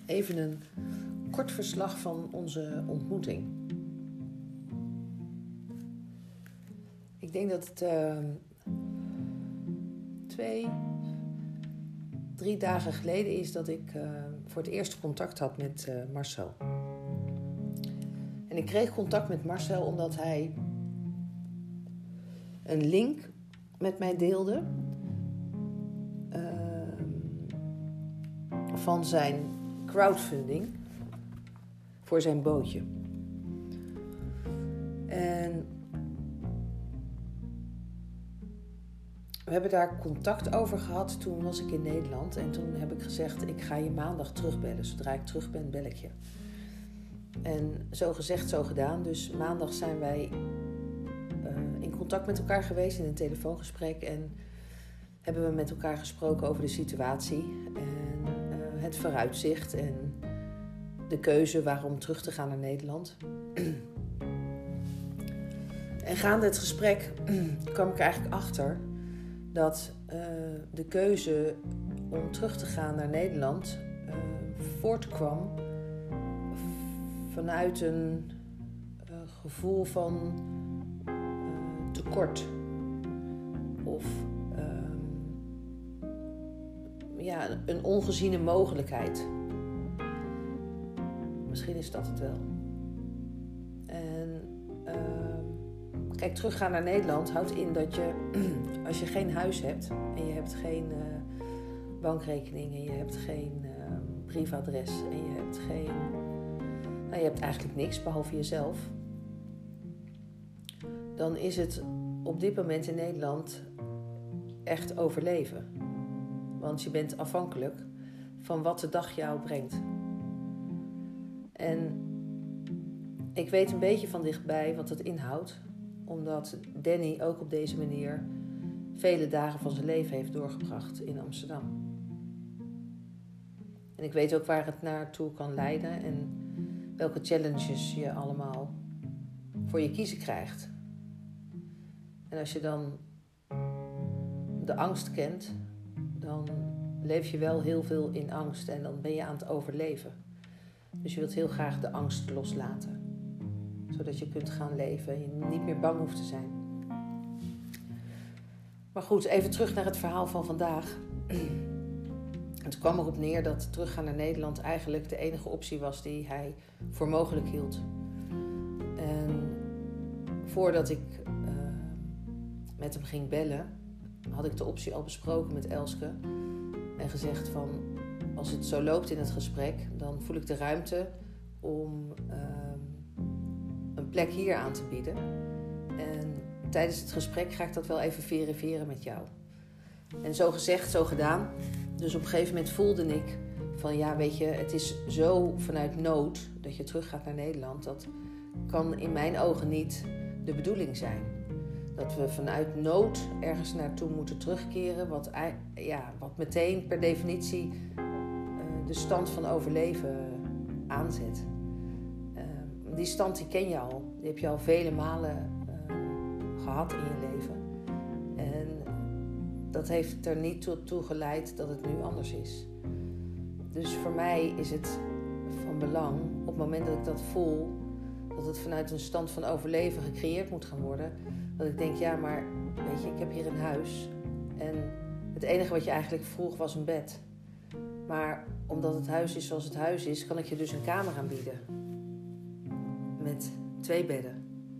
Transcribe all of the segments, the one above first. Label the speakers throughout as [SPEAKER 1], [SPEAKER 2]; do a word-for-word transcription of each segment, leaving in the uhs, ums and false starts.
[SPEAKER 1] Even een kort verslag van onze ontmoeting. Ik denk dat het uh, twee, drie dagen geleden is dat ik uh, voor het eerst contact had met uh, Marcel. En ik kreeg contact met Marcel omdat hij een link met mij deelde uh, van zijn crowdfunding voor zijn bootje. En we hebben daar contact over gehad. Toen was ik in Nederland en toen heb ik gezegd, ik ga je maandag terugbellen. Zodra ik terug ben, bel ik je. En zo gezegd, zo gedaan. Dus maandag zijn wij uh, in contact met elkaar geweest in een telefoongesprek. En hebben we met elkaar gesproken over de situatie. En uh, het vooruitzicht en de keuze waarom terug te gaan naar Nederland. En gaande het gesprek kwam ik eigenlijk achter dat uh, de keuze om terug te gaan naar Nederland uh, voortkwam vanuit een uh, gevoel van uh, tekort. Of uh, ja, een ongeziene mogelijkheid. Misschien is dat het wel. En uh, kijk, teruggaan naar Nederland houdt in dat je, als je geen huis hebt en je hebt geen uh, bankrekening en je hebt geen uh, briefadres en je hebt geen, nou, je hebt eigenlijk niks behalve jezelf, dan is het op dit moment in Nederland echt overleven. Want je bent afhankelijk van wat de dag jou brengt. En ik weet een beetje van dichtbij wat het inhoudt, omdat Danny ook op deze manier vele dagen van zijn leven heeft doorgebracht in Amsterdam. En ik weet ook waar het naartoe kan leiden en welke challenges je allemaal voor je kiezen krijgt. En als je dan de angst kent, dan leef je wel heel veel in angst en dan ben je aan het overleven. Dus je wilt heel graag de angst loslaten. Zodat je kunt gaan leven en je niet meer bang hoeft te zijn. Maar goed, even terug naar het verhaal van vandaag. Het kwam erop neer dat teruggaan naar Nederland eigenlijk de enige optie was die hij voor mogelijk hield. En voordat ik uh, met hem ging bellen, had ik de optie al besproken met Elske. En gezegd van, als het zo loopt in het gesprek, dan voel ik de ruimte om uh, een plek hier aan te bieden. En tijdens het gesprek ga ik dat wel even verifiëren met jou. En zo gezegd, zo gedaan. Dus op een gegeven moment voelde ik van, ja, weet je, het is zo vanuit nood dat je terug gaat naar Nederland. Dat kan in mijn ogen niet de bedoeling zijn. Dat we vanuit nood ergens naartoe moeten terugkeren, wat, ja, wat meteen per definitie uh, de stand van overleven aanzet. Uh, die stand die ken je al, die heb je al vele malen uh, gehad in je leven. En dat heeft er niet toe, toe geleid dat het nu anders is. Dus voor mij is het van belang, op het moment dat ik dat voel, dat het vanuit een stand van overleven gecreëerd moet gaan worden. Dat ik denk, ja, maar weet je, ik heb hier een huis. En het enige wat je eigenlijk vroeg was een bed. Maar omdat het huis is zoals het huis is, kan ik je dus een kamer aanbieden. Met twee bedden.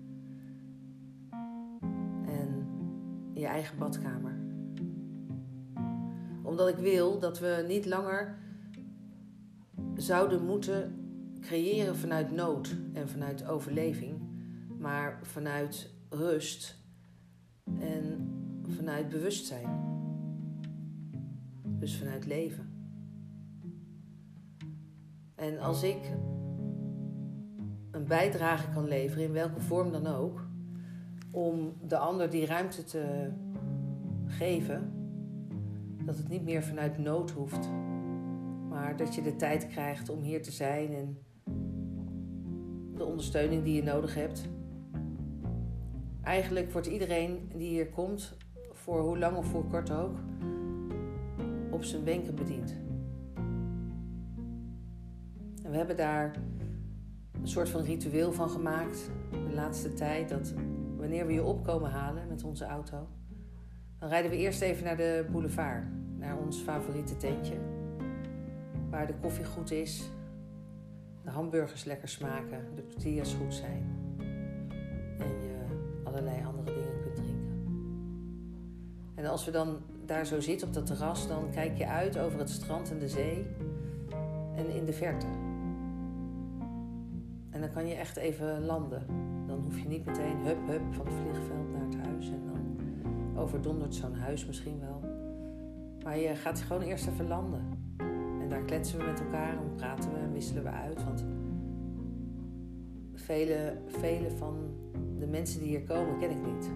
[SPEAKER 1] En je eigen badkamer. Omdat ik wil dat we niet langer zouden moeten creëren vanuit nood en vanuit overleving. Maar vanuit rust en vanuit bewustzijn. Dus vanuit leven. En als ik een bijdrage kan leveren, in welke vorm dan ook, om de ander die ruimte te geven, dat het niet meer vanuit nood hoeft, maar dat je de tijd krijgt om hier te zijn en de ondersteuning die je nodig hebt. Eigenlijk wordt iedereen die hier komt, voor hoe lang of voor kort ook, op zijn wenken bediend. En we hebben daar een soort van ritueel van gemaakt de laatste tijd. Dat wanneer we je opkomen halen met onze auto, dan rijden we eerst even naar de boulevard. Naar ons favoriete tentje. Waar de koffie goed is. De hamburgers lekker smaken. De tortillas goed zijn. En je allerlei andere dingen kunt drinken. En als we dan daar zo zitten op dat terras, dan kijk je uit over het strand en de zee. En in de verte. En dan kan je echt even landen. Dan hoef je niet meteen hup hup van het vliegveld naar het huis. En dan overdondert zo'n huis misschien wel. Maar je gaat gewoon eerst even landen. En daar kletsen we met elkaar en praten we en wisselen we uit. Want vele, vele van de mensen die hier komen ken ik niet.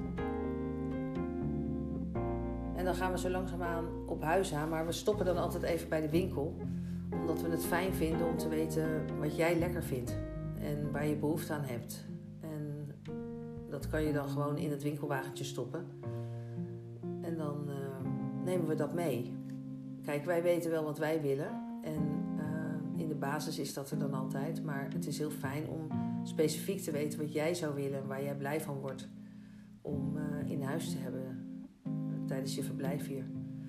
[SPEAKER 1] En dan gaan we zo langzaamaan op huis aan. Maar we stoppen dan altijd even bij de winkel. Omdat we het fijn vinden om te weten wat jij lekker vindt. En waar je behoefte aan hebt. En dat kan je dan gewoon in het winkelwagentje stoppen. En dan uh, nemen we dat mee. Kijk, wij weten wel wat wij willen. En uh, in de basis is dat er dan altijd. Maar het is heel fijn om specifiek te weten wat jij zou willen. En waar jij blij van wordt. Om uh, in huis te hebben uh, tijdens je verblijf hier.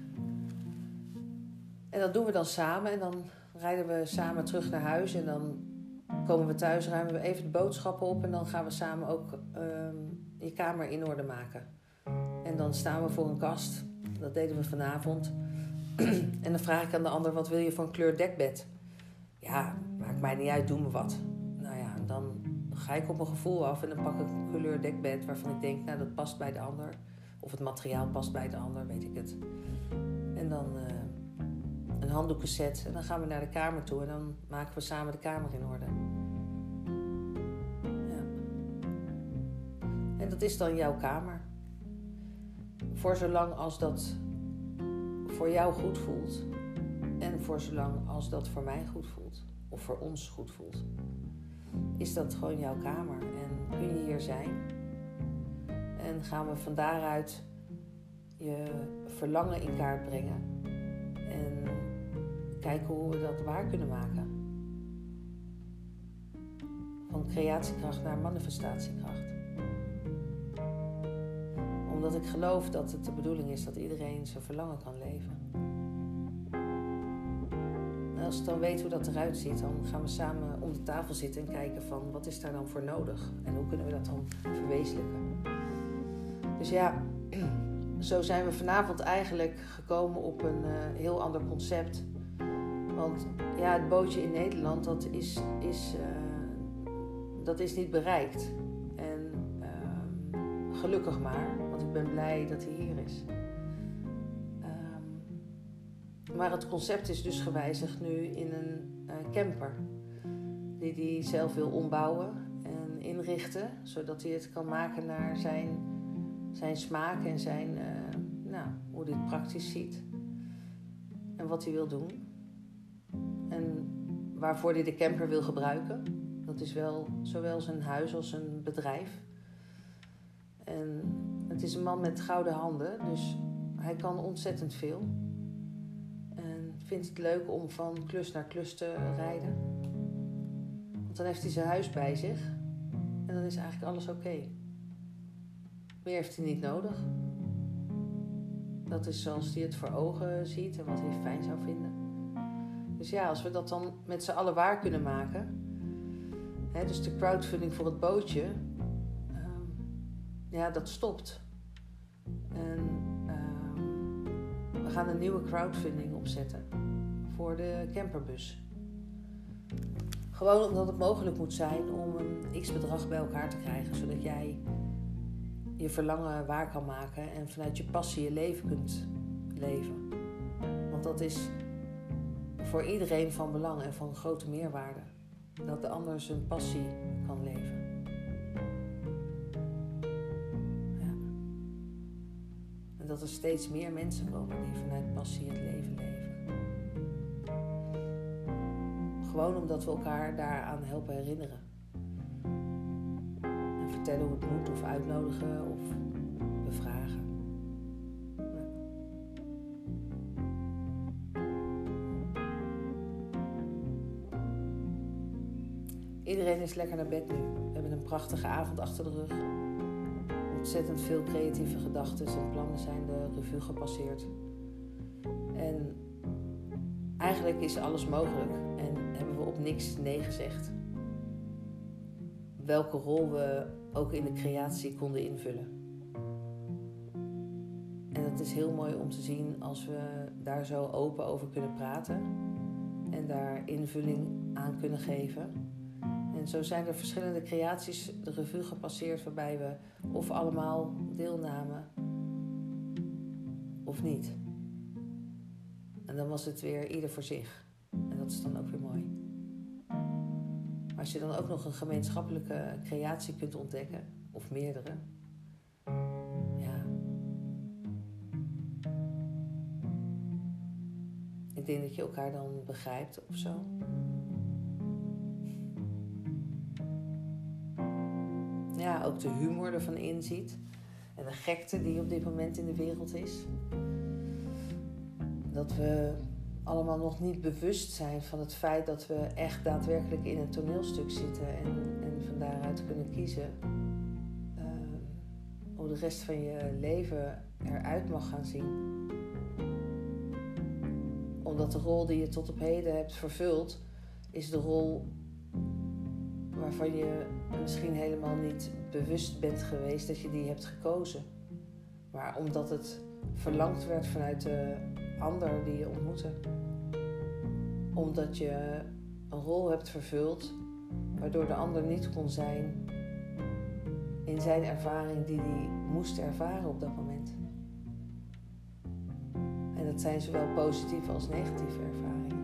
[SPEAKER 1] En dat doen we dan samen. En dan rijden we samen terug naar huis. En dan komen we thuis, ruimen we even de boodschappen op. En dan gaan we samen ook uh, je kamer in orde maken. En dan staan we voor een kast. Dat deden we vanavond. En dan vraag ik aan de ander, wat wil je voor een kleur dekbed? Ja, maakt mij niet uit, doe me wat. Nou ja, dan ga ik op mijn gevoel af en dan pak ik een kleur dekbed waarvan ik denk, nou dat past bij de ander. Of het materiaal past bij de ander, weet ik het. En dan uh, een handdoekenset. En dan gaan we naar de kamer toe en dan maken we samen de kamer in orde. Ja. En dat is dan jouw kamer. Voor zolang als dat voor jou goed voelt. En voor zolang als dat voor mij goed voelt. Of voor ons goed voelt. Is dat gewoon jouw kamer. En kun je hier zijn. En gaan we van daaruit je verlangen in kaart brengen. En kijken hoe we dat waar kunnen maken. Van creatiekracht naar manifestatiekracht. Omdat ik geloof dat het de bedoeling is dat iedereen zijn verlangen kan leven. En als ik dan weet hoe dat eruit ziet, dan gaan we samen om de tafel zitten en kijken van wat is daar dan voor nodig? En hoe kunnen we dat dan verwezenlijken? Dus ja, zo zijn we vanavond eigenlijk gekomen op een uh, heel ander concept. Want ja, het bootje in Nederland, dat is, is, uh, dat is niet bereikt. En uh, gelukkig maar, want ik ben blij dat hij hier is. Um, maar het concept is dus gewijzigd nu in een uh, camper. Die hij zelf wil ombouwen en inrichten, zodat hij het kan maken naar zijn, zijn smaak en zijn, uh, nou, hoe hij het praktisch ziet. En wat hij wil doen. En waarvoor hij de camper wil gebruiken. Dat is wel zowel zijn huis als een bedrijf. En het is een man met gouden handen, dus hij kan ontzettend veel. En vindt het leuk om van klus naar klus te rijden. Want dan heeft hij zijn huis bij zich. En dan is eigenlijk alles oké. Okay. Meer heeft hij niet nodig. Dat is zoals hij het voor ogen ziet en wat hij fijn zou vinden. Dus ja, als we dat dan met z'n allen waar kunnen maken. Hè, dus de crowdfunding voor het bootje. Um, ja, dat stopt. En um, we gaan een nieuwe crowdfunding opzetten. Voor de camperbus. Gewoon omdat het mogelijk moet zijn om een x-bedrag bij elkaar te krijgen. Zodat jij je verlangen waar kan maken. En vanuit je passie je leven kunt leven. Want dat is voor iedereen van belang en van grote meerwaarde. Dat de ander zijn passie kan leven. Ja. En dat er steeds meer mensen komen die vanuit passie het leven leven. Gewoon omdat we elkaar daaraan helpen herinneren. En vertellen hoe het moet of uitnodigen of bevragen. Iedereen is lekker naar bed nu. We hebben een prachtige avond achter de rug. Ontzettend veel creatieve gedachten en plannen zijn de revue gepasseerd. En eigenlijk is alles mogelijk en hebben we op niks nee gezegd. Welke rol we ook in de creatie konden invullen. En dat is heel mooi om te zien als we daar zo open over kunnen praten en daar invulling aan kunnen geven. En zo zijn er verschillende creaties de revue gepasseerd waarbij we of allemaal deelnamen of niet. En dan was het weer ieder voor zich. En dat is dan ook weer mooi. Maar als je dan ook nog een gemeenschappelijke creatie kunt ontdekken, of meerdere, ja. Ik denk dat je elkaar dan begrijpt of zo. Ja, ook de humor ervan inziet. En de gekte die op dit moment in de wereld is. Dat we allemaal nog niet bewust zijn van het feit dat we echt daadwerkelijk in een toneelstuk zitten. En, en van daaruit kunnen kiezen uh, hoe de rest van je leven eruit mag gaan zien. Omdat de rol die je tot op heden hebt vervuld, is de rol waarvan je misschien helemaal niet bewust bent geweest dat je die hebt gekozen. Maar omdat het verlangd werd vanuit de ander die je ontmoette. Omdat je een rol hebt vervuld waardoor de ander niet kon zijn in zijn ervaring die hij moest ervaren op dat moment. En dat zijn zowel positieve als negatieve ervaringen.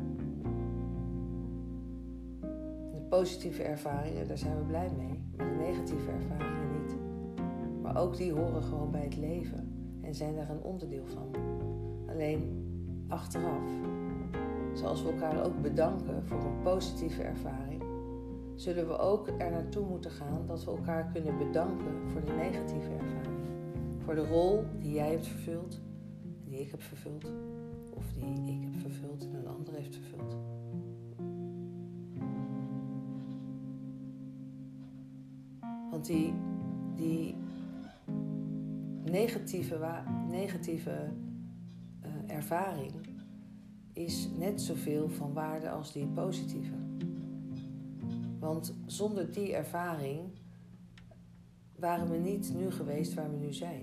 [SPEAKER 1] De positieve ervaringen, daar zijn we blij mee, maar de negatieve ervaringen niet. Maar ook die horen gewoon bij het leven en zijn daar een onderdeel van. Alleen achteraf, zoals we elkaar ook bedanken voor een positieve ervaring, zullen we ook er naartoe moeten gaan dat we elkaar kunnen bedanken voor de negatieve ervaring. Voor de rol die jij hebt vervuld, die ik heb vervuld, of die ik heb vervuld en een ander heeft vervuld. Want die, die negatieve, negatieve uh, ervaring is net zoveel van waarde als die positieve. Want zonder die ervaring waren we niet nu geweest waar we nu zijn.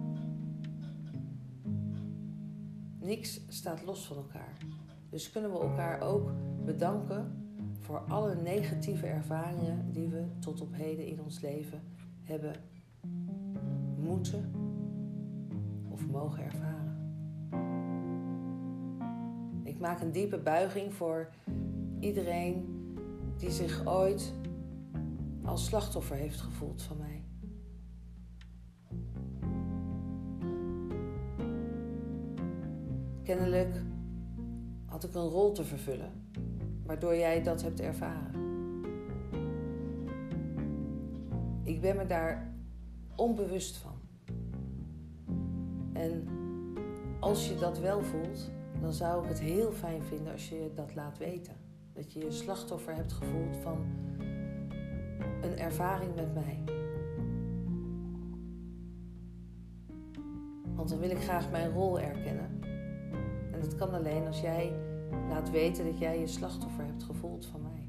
[SPEAKER 1] Niks staat los van elkaar. Dus kunnen we elkaar ook bedanken voor alle negatieve ervaringen die we tot op heden in ons leven hebben moeten of mogen ervaren. Ik maak een diepe buiging voor iedereen die zich ooit als slachtoffer heeft gevoeld van mij. Kennelijk had ik een rol te vervullen, waardoor jij dat hebt ervaren. Ik ben me daar onbewust van. En als je dat wel voelt, dan zou ik het heel fijn vinden als je dat laat weten. Dat je je slachtoffer hebt gevoeld van een ervaring met mij. Want dan wil ik graag mijn rol erkennen. En dat kan alleen als jij laat weten dat jij je slachtoffer hebt gevoeld van mij.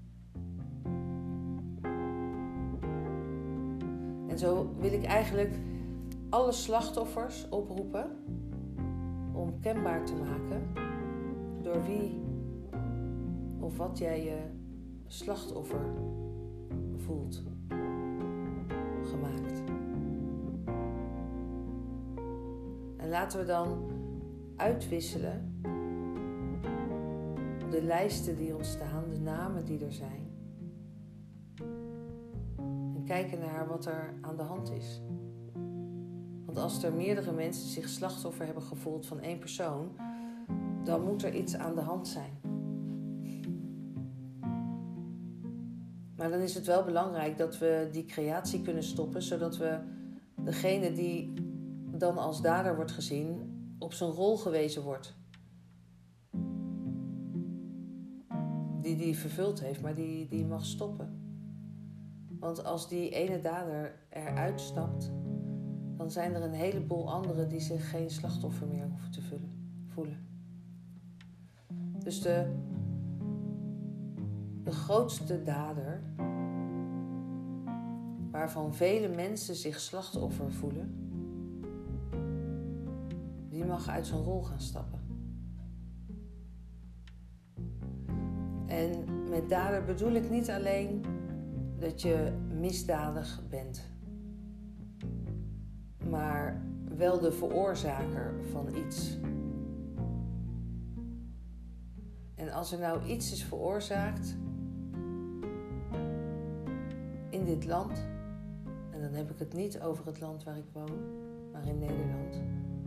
[SPEAKER 1] En zo wil ik eigenlijk alle slachtoffers oproepen om kenbaar te maken door wie of wat jij je slachtoffer voelt gemaakt. En laten we dan uitwisselen de lijsten die ontstaan, de namen die er zijn. En kijken naar wat er aan de hand is. Want als er meerdere mensen zich slachtoffer hebben gevoeld van één persoon, dan moet er iets aan de hand zijn. Maar dan is het wel belangrijk dat we die creatie kunnen stoppen, zodat we degene die dan als dader wordt gezien, op zijn rol gewezen wordt. die die vervuld heeft, maar die, die mag stoppen. Want als die ene dader eruit stapt, dan zijn er een heleboel anderen die zich geen slachtoffer meer hoeven te vullen, voelen. Dus de, de grootste dader, waarvan vele mensen zich slachtoffer voelen, die mag uit zijn rol gaan stappen. En met dader bedoel ik niet alleen dat je misdadig bent, maar wel de veroorzaker van iets. En als er nou iets is veroorzaakt in dit land, en dan heb ik het niet over het land waar ik woon, maar in Nederland,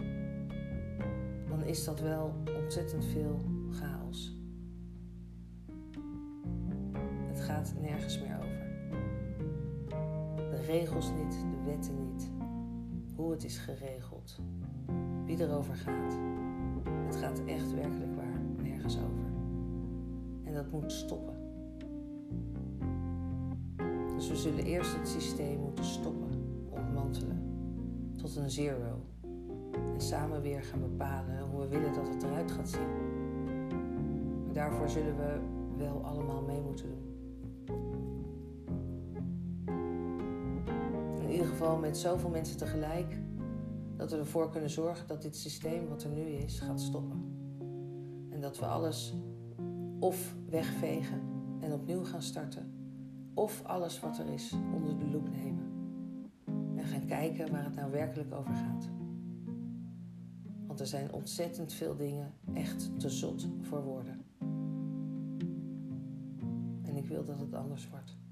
[SPEAKER 1] dan is dat wel ontzettend veel chaos. Het gaat nergens meer over. De regels niet, de wetten niet, hoe het is geregeld, wie erover gaat. Het gaat echt werkelijk waar nergens over. En dat moet stoppen. Dus we zullen eerst het systeem moeten stoppen, ontmantelen, tot een zero. En samen weer gaan bepalen hoe we willen dat het eruit gaat zien. Maar daarvoor zullen we wel allemaal mee moeten doen. In ieder geval met zoveel mensen tegelijk, dat we ervoor kunnen zorgen dat dit systeem wat er nu is, gaat stoppen. En dat we alles of wegvegen en opnieuw gaan starten, of alles wat er is onder de loep nemen. En gaan kijken waar het nou werkelijk over gaat. Want er zijn ontzettend veel dingen echt te zot voor woorden. En ik wil dat het anders wordt.